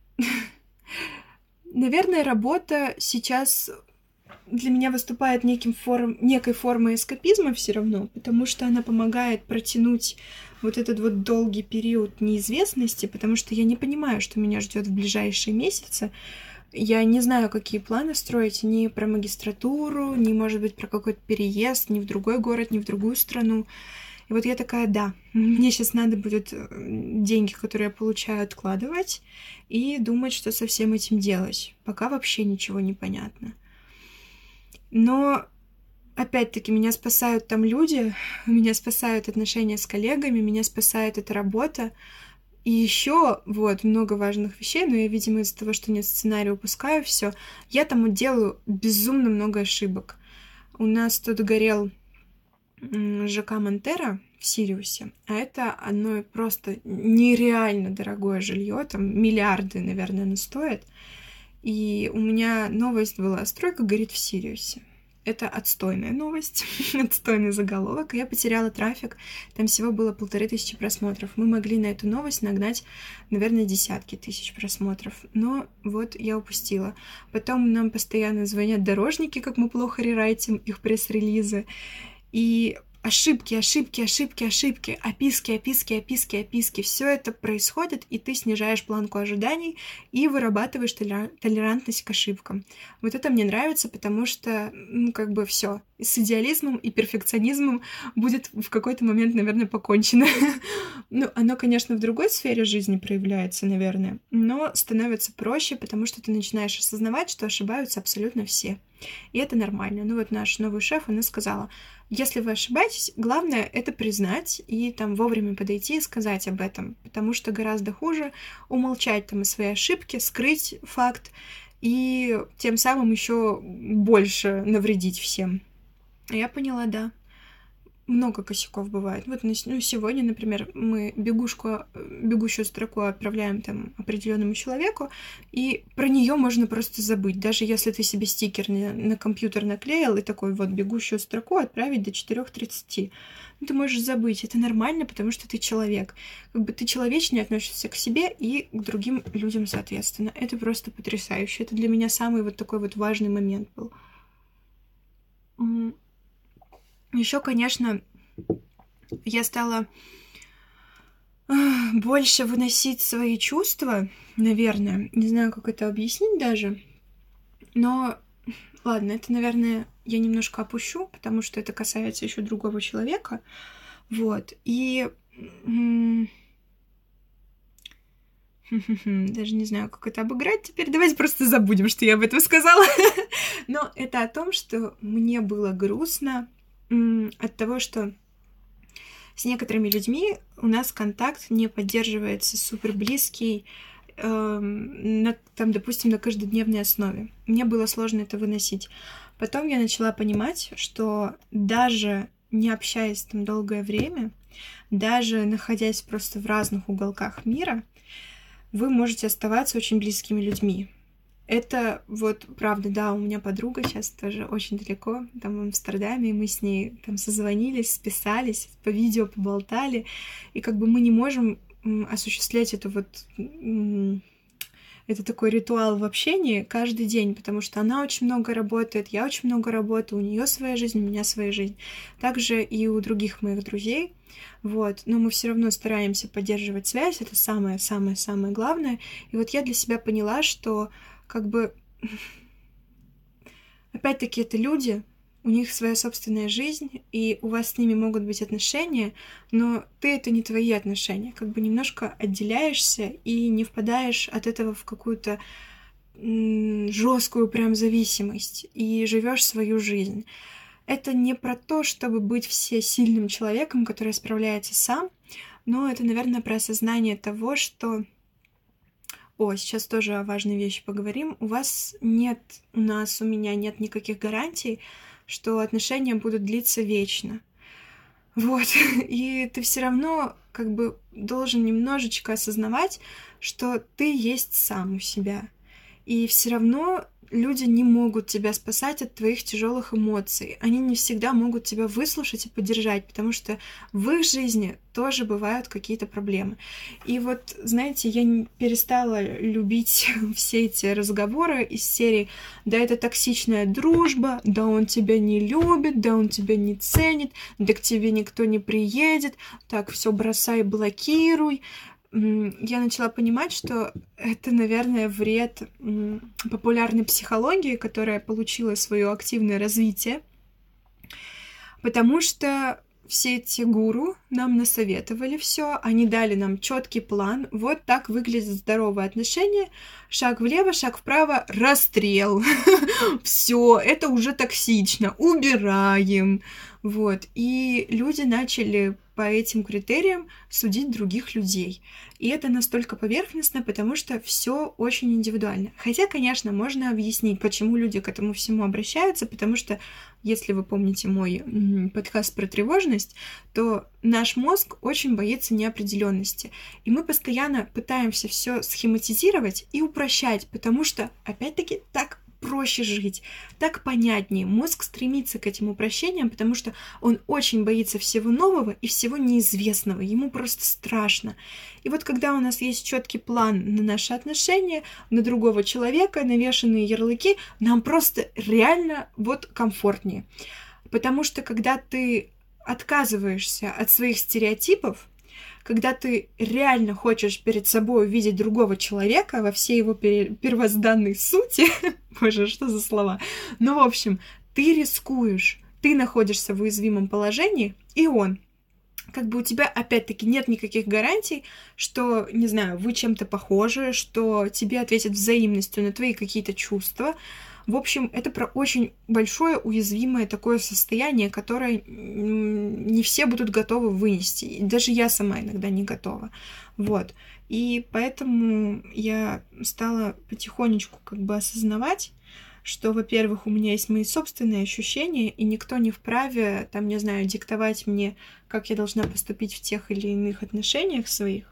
наверное, работа сейчас для меня выступает неким форм... некой формой эскапизма все равно, потому что она помогает протянуть вот этот вот долгий период неизвестности, потому что я не понимаю, что меня ждет в ближайшие месяцы. Я не знаю, какие планы строить, ни про магистратуру, ни, может быть, про какой-то переезд, ни в другой город, ни в другую страну. И вот я такая, да, мне сейчас надо будет деньги, которые я получаю, откладывать и думать, что со всем этим делать. Пока вообще ничего не понятно. Но, опять-таки, меня спасают там люди, меня спасают отношения с коллегами, меня спасает эта работа. И еще вот много важных вещей, но я, видимо, из-за того, что нет сценария, упускаю все. Я там делаю безумно много ошибок. У нас тут горел ЖК Монтера в Сириусе, а это одно просто нереально дорогое жилье, там миллиарды, наверное, оно стоит. И у меня новость была: стройка горит в Сириусе. Это отстойная новость, отстойный заголовок. Я потеряла трафик, там всего было полторы тысячи просмотров. Мы могли на эту новость нагнать, наверное, десятки тысяч просмотров. Но вот я упустила. Потом нам постоянно звонят дорожники, как мы плохо рерайтим их пресс-релизы. И ошибки, ошибки, ошибки, ошибки, описки, описки, описки, описки. Все это происходит, и ты снижаешь планку ожиданий и вырабатываешь толерантность к ошибкам. Вот это мне нравится, потому что, ну, как бы все с идеализмом и перфекционизмом будет в какой-то момент, наверное, покончено. Ну, оно, конечно, в другой сфере жизни проявляется, наверное, но становится проще, потому что ты начинаешь осознавать, что ошибаются абсолютно все. И это нормально. Ну вот наш новый шеф, она сказала: если вы ошибаетесь, главное это признать и там вовремя подойти и сказать об этом, потому что гораздо хуже умолчать там о своей ошибке, скрыть факт и тем самым еще больше навредить всем. Я поняла, да. Много косяков бывает. Вот ну, сегодня, например, мы бегушку, бегущую строку отправляем там определенному человеку, и про нее можно просто забыть. Даже если ты себе стикер на, на компьютер наклеил и такой вот бегущую строку отправить до четырех тридцати. Ну, ты можешь забыть. Это нормально, потому что ты человек. Как бы ты человечнее относишься к себе и к другим людям, соответственно. Это просто потрясающе. Это для меня самый вот такой вот важный момент был. Еще, конечно, я стала больше выносить свои чувства, наверное. Не знаю, как это объяснить даже. Но ладно, это, наверное, я немножко опущу, потому что это касается еще другого человека. Вот. И даже не знаю, как это обыграть теперь. Давайте просто забудем, что я об этом сказала. Но это о том, что мне было грустно от того, что с некоторыми людьми у нас контакт не поддерживается супер близкий, э, на, там, допустим, на каждодневной основе. Мне было сложно это выносить. Потом я начала понимать, что даже не общаясь там долгое время, даже находясь просто в разных уголках мира, вы можете оставаться очень близкими людьми. Это вот правда, да, у меня подруга сейчас тоже очень далеко, там в Амстердаме, и мы с ней там созвонились, списались, по видео поболтали, и как бы мы не можем осуществлять это вот, это такой ритуал в общении каждый день, потому что она очень много работает, я очень много работаю, у нее своя жизнь, у меня своя жизнь. Также и у других моих друзей. Вот, но мы все равно стараемся поддерживать связь, это самое-самое-самое главное. И вот я для себя поняла, что как бы опять-таки это люди, у них своя собственная жизнь, и у вас с ними могут быть отношения, но ты — это не твои отношения. Как бы немножко отделяешься и не впадаешь от этого в какую-то жесткую прям зависимость и живешь свою жизнь. Это не про то, чтобы быть всесильным человеком, который справляется сам, но это, наверное, про осознание того, что... О, сейчас тоже о важной вещи поговорим. У вас нет, у нас, у меня нет никаких гарантий, что отношения будут длиться вечно. Вот. И ты все равно как бы должен немножечко осознавать, что ты есть сам у себя. И все равно люди не могут тебя спасать от твоих тяжелых эмоций. Они не всегда могут тебя выслушать и поддержать, потому что в их жизни тоже бывают какие-то проблемы. И вот, знаете, я не перестала любить все эти разговоры из серии «Да это токсичная дружба», «Да он тебя не любит», «Да он тебя не ценит», «Да к тебе никто не приедет», «Так, все бросай, блокируй». Я начала понимать, что это, наверное, вред популярной психологии, которая получила свое активное развитие, потому что все эти гуру нам насоветовали все, они дали нам четкий план. Вот так выглядит здоровое отношение. Шаг влево, шаг вправо, расстрел. Все, это уже токсично. Убираем. Вот. И люди начали по этим критериям судить других людей. И это настолько поверхностно, потому что все очень индивидуально. Хотя, конечно, можно объяснить, почему люди к этому всему обращаются, потому что, если вы помните мой подкаст про тревожность, то наш мозг очень боится неопределенности. И мы постоянно пытаемся все схематизировать и упрощать, потому что, опять-таки, так проще жить, так понятнее. Мозг стремится к этим упрощениям, потому что он очень боится всего нового и всего неизвестного. Ему просто страшно. И вот когда у нас есть четкий план на наши отношения, на другого человека, навешанные ярлыки, нам просто реально вот комфортнее. Потому что когда ты отказываешься от своих стереотипов, когда ты реально хочешь перед собой увидеть другого человека во всей его первозданной сути, боже, что за слова, ну, в общем, ты рискуешь, ты находишься в уязвимом положении, и он. Как бы у тебя, опять-таки, нет никаких гарантий, что, не знаю, вы чем-то похожи, что тебе ответят взаимностью на твои какие-то чувства. В общем, это про очень большое уязвимое такое состояние, которое не все будут готовы вынести. И даже я сама иногда не готова. Вот. И поэтому я стала потихонечку как бы осознавать, что, во-первых, у меня есть мои собственные ощущения, и никто не вправе, там, не знаю, диктовать мне, как я должна поступить в тех или иных отношениях своих.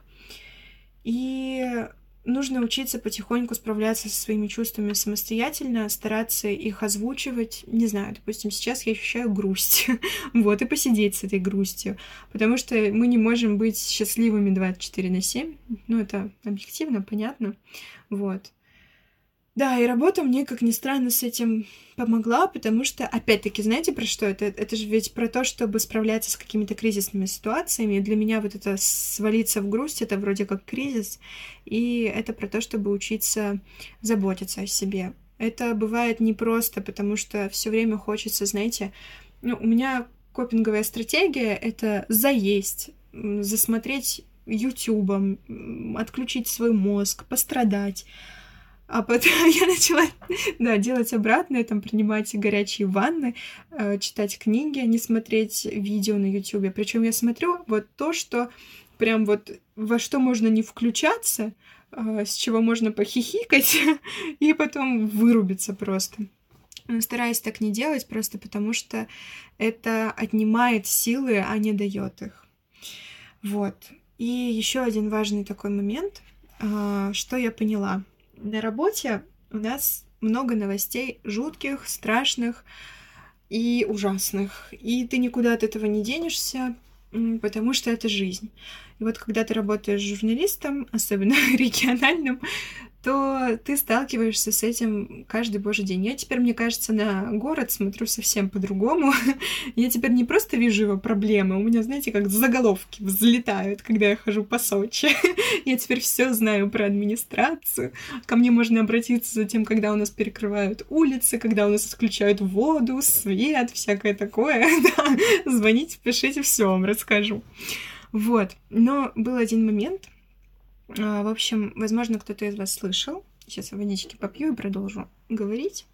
И нужно учиться потихоньку справляться со своими чувствами самостоятельно, стараться их озвучивать. Не знаю, допустим, сейчас я ощущаю грусть. Вот, и посидеть с этой грустью. Потому что мы не можем быть счастливыми двадцать четыре на семь. Ну, это объективно, понятно. Вот. Да, и работа мне, как ни странно, с этим помогла, потому что, опять-таки, знаете, про что это? Это же ведь про то, чтобы справляться с какими-то кризисными ситуациями. И для меня вот это свалиться в грусть, это вроде как кризис, и это про то, чтобы учиться заботиться о себе. Это бывает непросто, потому что все время хочется, знаете, ну, у меня копинговая стратегия — это заесть, засмотреть ютубом, отключить свой мозг, пострадать. А потом я начала, да, делать обратное, там, принимать горячие ванны, э, читать книги, а не смотреть видео на ютубе. Причем я смотрю вот то, что прям вот во что можно не включаться, э, с чего можно похихикать и потом вырубиться просто. Но стараюсь так не делать, просто потому что это отнимает силы, а не дает их. Вот. И еще один важный такой момент, э, что я поняла. На работе у нас много новостей жутких, страшных и ужасных. И ты никуда от этого не денешься, потому что это жизнь. И вот когда ты работаешь журналистом, особенно региональным, то ты сталкиваешься с этим каждый божий день. Я теперь, мне кажется, на город смотрю совсем по-другому. Я теперь не просто вижу его проблемы, у меня, знаете, как заголовки взлетают, когда я хожу по Сочи. Я теперь все знаю про администрацию. Ко мне можно обратиться за тем, когда у нас перекрывают улицы, когда у нас отключают воду, свет, всякое такое. Да. Звоните, пишите, все вам расскажу. Вот. Но был один момент. В общем, возможно, кто-то из вас слышал. Сейчас я водички попью и продолжу говорить.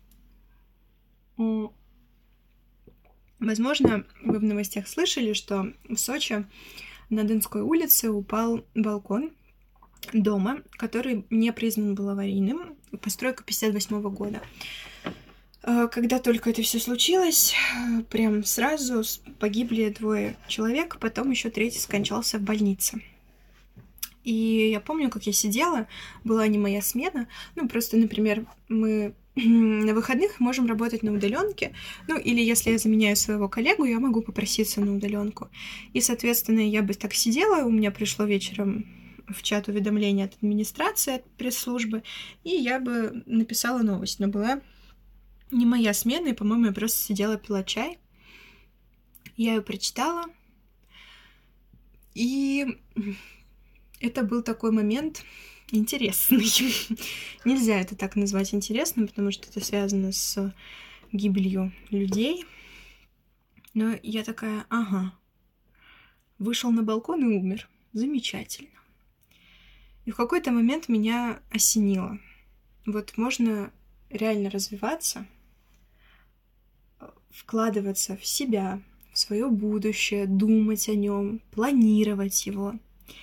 Возможно, вы в новостях слышали, что в Сочи на Донской улице упал балкон дома, который не признан был аварийным, постройка пятьдесят восьмого года. Когда только это все случилось, прям сразу погибли двое человек, потом еще третий скончался в больнице. И я помню, как я сидела, была не моя смена, ну, просто, например, мы на выходных можем работать на удаленке, ну, или если я заменяю своего коллегу, я могу попроситься на удаленку. И, соответственно, я бы так сидела, у меня пришло вечером в чат уведомление от администрации, от пресс-службы, и я бы написала новость, но была не моя смена, и, по-моему, я просто сидела, пила чай. Я ее прочитала, и это был такой момент интересный. Нельзя это так назвать интересным, потому что это связано с гибелью людей. Но я такая, ага, вышел на балкон и умер. Замечательно. И в какой-то момент меня осенило. Вот можно реально развиваться, вкладываться в себя, в свое будущее, думать о нем, планировать его.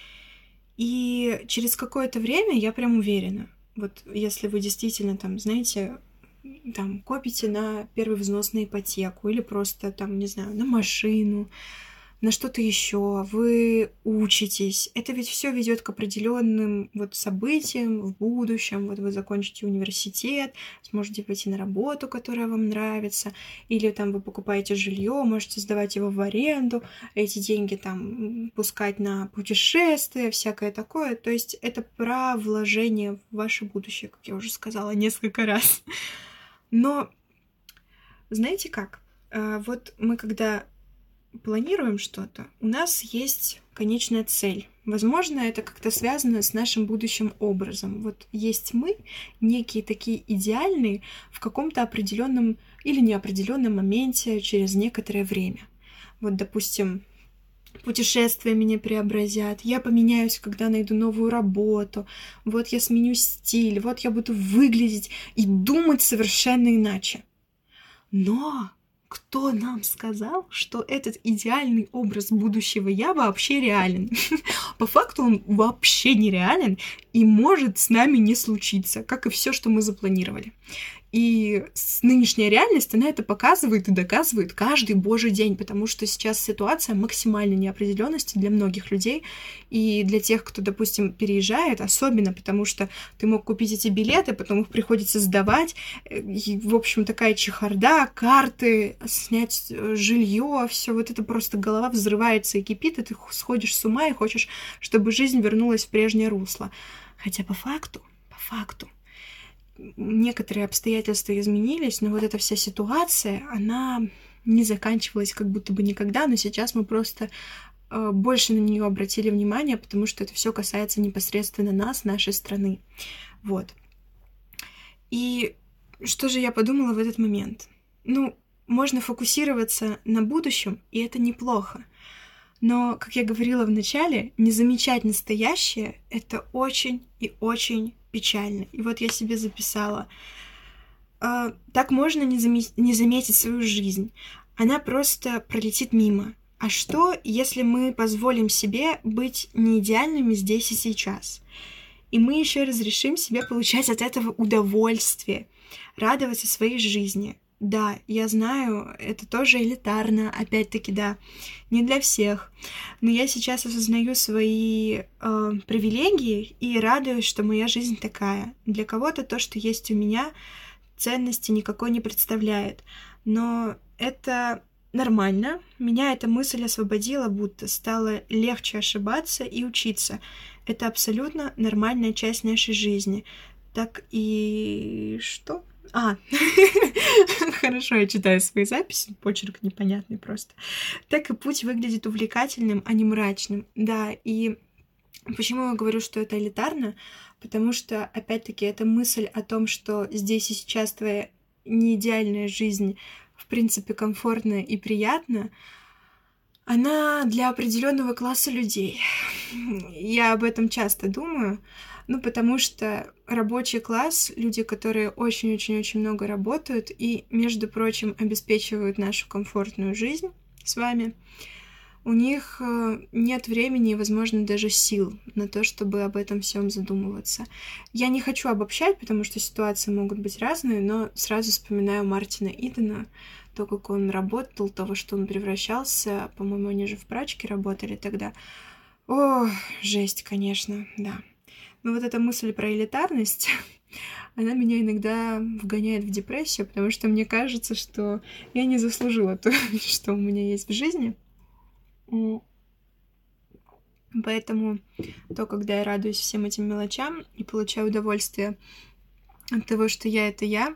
И через какое-то время я прям уверена, вот если вы действительно там, знаете, там копите на первый взнос на ипотеку или просто там, не знаю, на машину, на что-то еще, вы учитесь. Это ведь все ведет к определенным вот событиям в будущем. Вот вы закончите университет, сможете пойти на работу, которая вам нравится, или там вы покупаете жилье, можете сдавать его в аренду, эти деньги там пускать на путешествия, всякое такое. То есть это про вложение в ваше будущее, как я уже сказала несколько раз. Но знаете как? Вот мы когда планируем что-то, у нас есть конечная цель. Возможно, это как-то связано с нашим будущим образом. Вот есть мы, некие такие идеальные в каком-то определенном или неопределенном моменте через некоторое время. Вот, допустим, путешествия меня преобразят, я поменяюсь, когда найду новую работу, вот я сменю стиль, вот я буду выглядеть и думать совершенно иначе. Но кто нам сказал, что этот идеальный образ будущего я вообще реален? По факту он вообще нереален и может с нами не случиться, как и все, что мы запланировали. И нынешняя реальность, она это показывает и доказывает каждый божий день, потому что сейчас ситуация максимальной неопределенности для многих людей, и для тех, кто, допустим, переезжает, особенно потому что ты мог купить эти билеты, потом их приходится сдавать, и, в общем, такая чехарда, карты, снять жилье, все вот это просто голова взрывается и кипит, и ты сходишь с ума и хочешь, чтобы жизнь вернулась в прежнее русло. Хотя по факту, по факту, некоторые обстоятельства изменились, но вот эта вся ситуация, она не заканчивалась как будто бы никогда, но сейчас мы просто э, больше на нее обратили внимание, потому что это все касается непосредственно нас, нашей страны. Вот. И что же я подумала в этот момент? Ну, можно фокусироваться на будущем, и это неплохо. Но, как я говорила в начале, не замечать настоящее — это очень и очень печально. И вот я себе записала. Э, так можно не, заме- не заметить свою жизнь. Она просто пролетит мимо. А что, если мы позволим себе быть не идеальными здесь и сейчас? И мы еще разрешим себе получать от этого удовольствие, радоваться своей жизни. Да, я знаю, это тоже элитарно, опять-таки, да, не для всех. Но я сейчас осознаю свои э, привилегии и радуюсь, что моя жизнь такая. Для кого-то то, что есть у меня, ценности никакой не представляет. Но это нормально. Меня эта мысль освободила, будто стало легче ошибаться и учиться. Это абсолютно нормальная часть нашей жизни. так и что? А, хорошо, я читаю свои записи, почерк непонятный просто. Так и путь выглядит увлекательным, а не мрачным. Да, и почему я говорю, что это элитарно? Потому что, опять-таки, эта мысль о том, что здесь и сейчас твоя не идеальная жизнь, в принципе, комфортная и приятна, она для определенного класса людей. Я об этом часто думаю, ну, потому что рабочий класс, люди, которые очень-очень-очень много работают и, между прочим, обеспечивают нашу комфортную жизнь с вами, у них нет времени и, возможно, даже сил на то, чтобы об этом всем задумываться. Я не хочу обобщать, потому что ситуации могут быть разные, но сразу вспоминаю Мартина Идена, то, как он работал, то, во что он превращался. По-моему, они же в прачке работали тогда. О, жесть, конечно, да. Но вот эта мысль про элитарность, она меня иногда вгоняет в депрессию, потому что мне кажется, что я не заслужила то, что у меня есть в жизни. Поэтому то, когда я радуюсь всем этим мелочам и получаю удовольствие от того, что я — это я,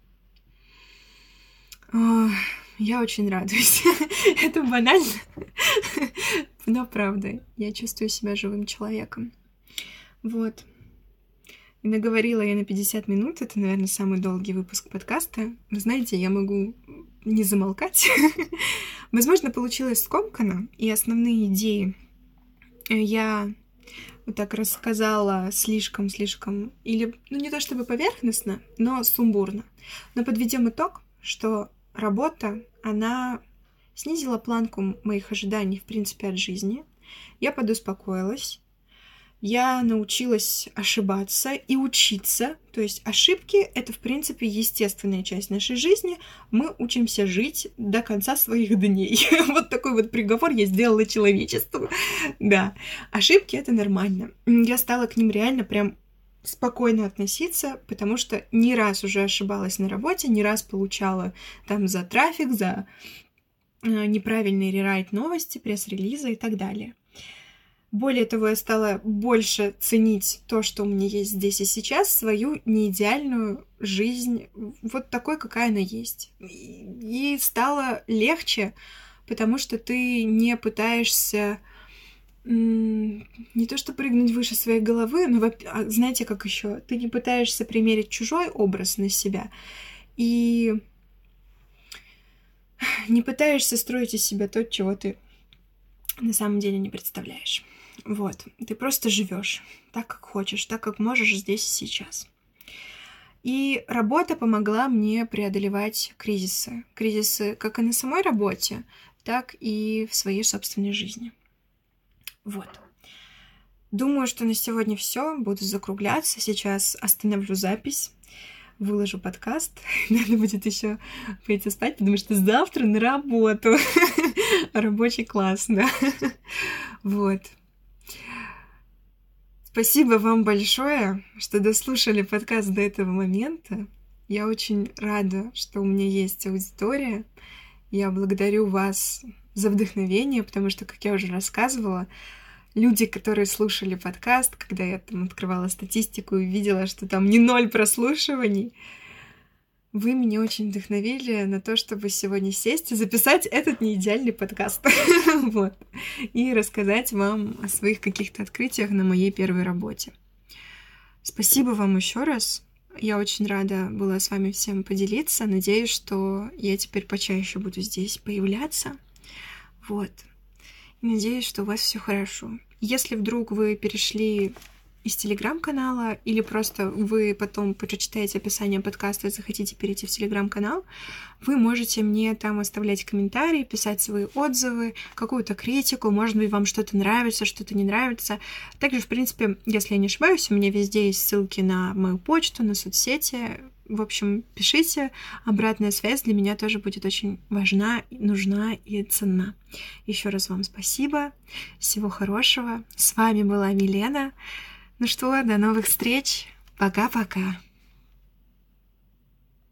я очень радуюсь. Это банально, но правда, я чувствую себя живым человеком. Вот. И наговорила я на пятьдесят минут. Это, наверное, самый долгий выпуск подкаста. Вы знаете, я могу не замолкать. Возможно, получилось скомканно, и основные идеи я вот так рассказала слишком-слишком, или, ну, не то чтобы поверхностно, но сумбурно. Но подведем итог, что работа, она снизила планку моих ожиданий, в принципе, от жизни. Я подуспокоилась. Я научилась ошибаться и учиться. То есть ошибки — это, в принципе, естественная часть нашей жизни. Мы учимся жить до конца своих дней. Вот такой вот приговор я сделала человечеству. Да, ошибки — это нормально. Я стала к ним реально прям спокойно относиться, потому что не раз уже ошибалась на работе, не раз получала там за трафик, за неправильный рерайт новости, пресс-релизы и так далее. Более того, я стала больше ценить то, что у меня есть здесь и сейчас, свою неидеальную жизнь, вот такой, какая она есть. И стало легче, потому что ты не пытаешься не то что прыгнуть выше своей головы, но знаете, как еще? Ты не пытаешься примерить чужой образ на себя и не пытаешься строить из себя то, чего ты на самом деле не представляешь. Вот. Ты просто живешь так, как хочешь, так, как можешь здесь и сейчас. И работа помогла мне преодолевать кризисы. Кризисы как и на самой работе, так и в своей собственной жизни. Вот. Думаю, что на сегодня все. Буду закругляться. Сейчас остановлю запись, выложу подкаст. Надо будет еще пойти спать, потому что завтра на работу. Рабочий класс, да. Вот. Спасибо вам большое, что дослушали подкаст до этого момента. Я очень рада, что у меня есть аудитория. Я благодарю вас за вдохновение, потому что, как я уже рассказывала, люди, которые слушали подкаст, когда я там открывала статистику и видела, что там не ноль прослушиваний, вы меня очень вдохновили на то, чтобы сегодня сесть и записать этот неидеальный подкаст. Вот. И рассказать вам о своих каких-то открытиях на моей первой работе. Спасибо вам еще раз. Я очень рада была с вами всем поделиться. Надеюсь, что я теперь почаще буду здесь появляться. Вот. И надеюсь, что у вас все хорошо. Если вдруг вы перешли из телеграм-канала, или просто вы потом прочитаете описание подкаста и захотите перейти в телеграм-канал, вы можете мне там оставлять комментарии, писать свои отзывы, какую-то критику, может быть, вам что-то нравится, что-то не нравится. Также, в принципе, если я не ошибаюсь, у меня везде есть ссылки на мою почту, на соцсети. В общем, пишите. Обратная связь для меня тоже будет очень важна, нужна и ценна. Еще раз вам спасибо. Всего хорошего. С вами была Милена. Ну что, до новых встреч. Пока-пока.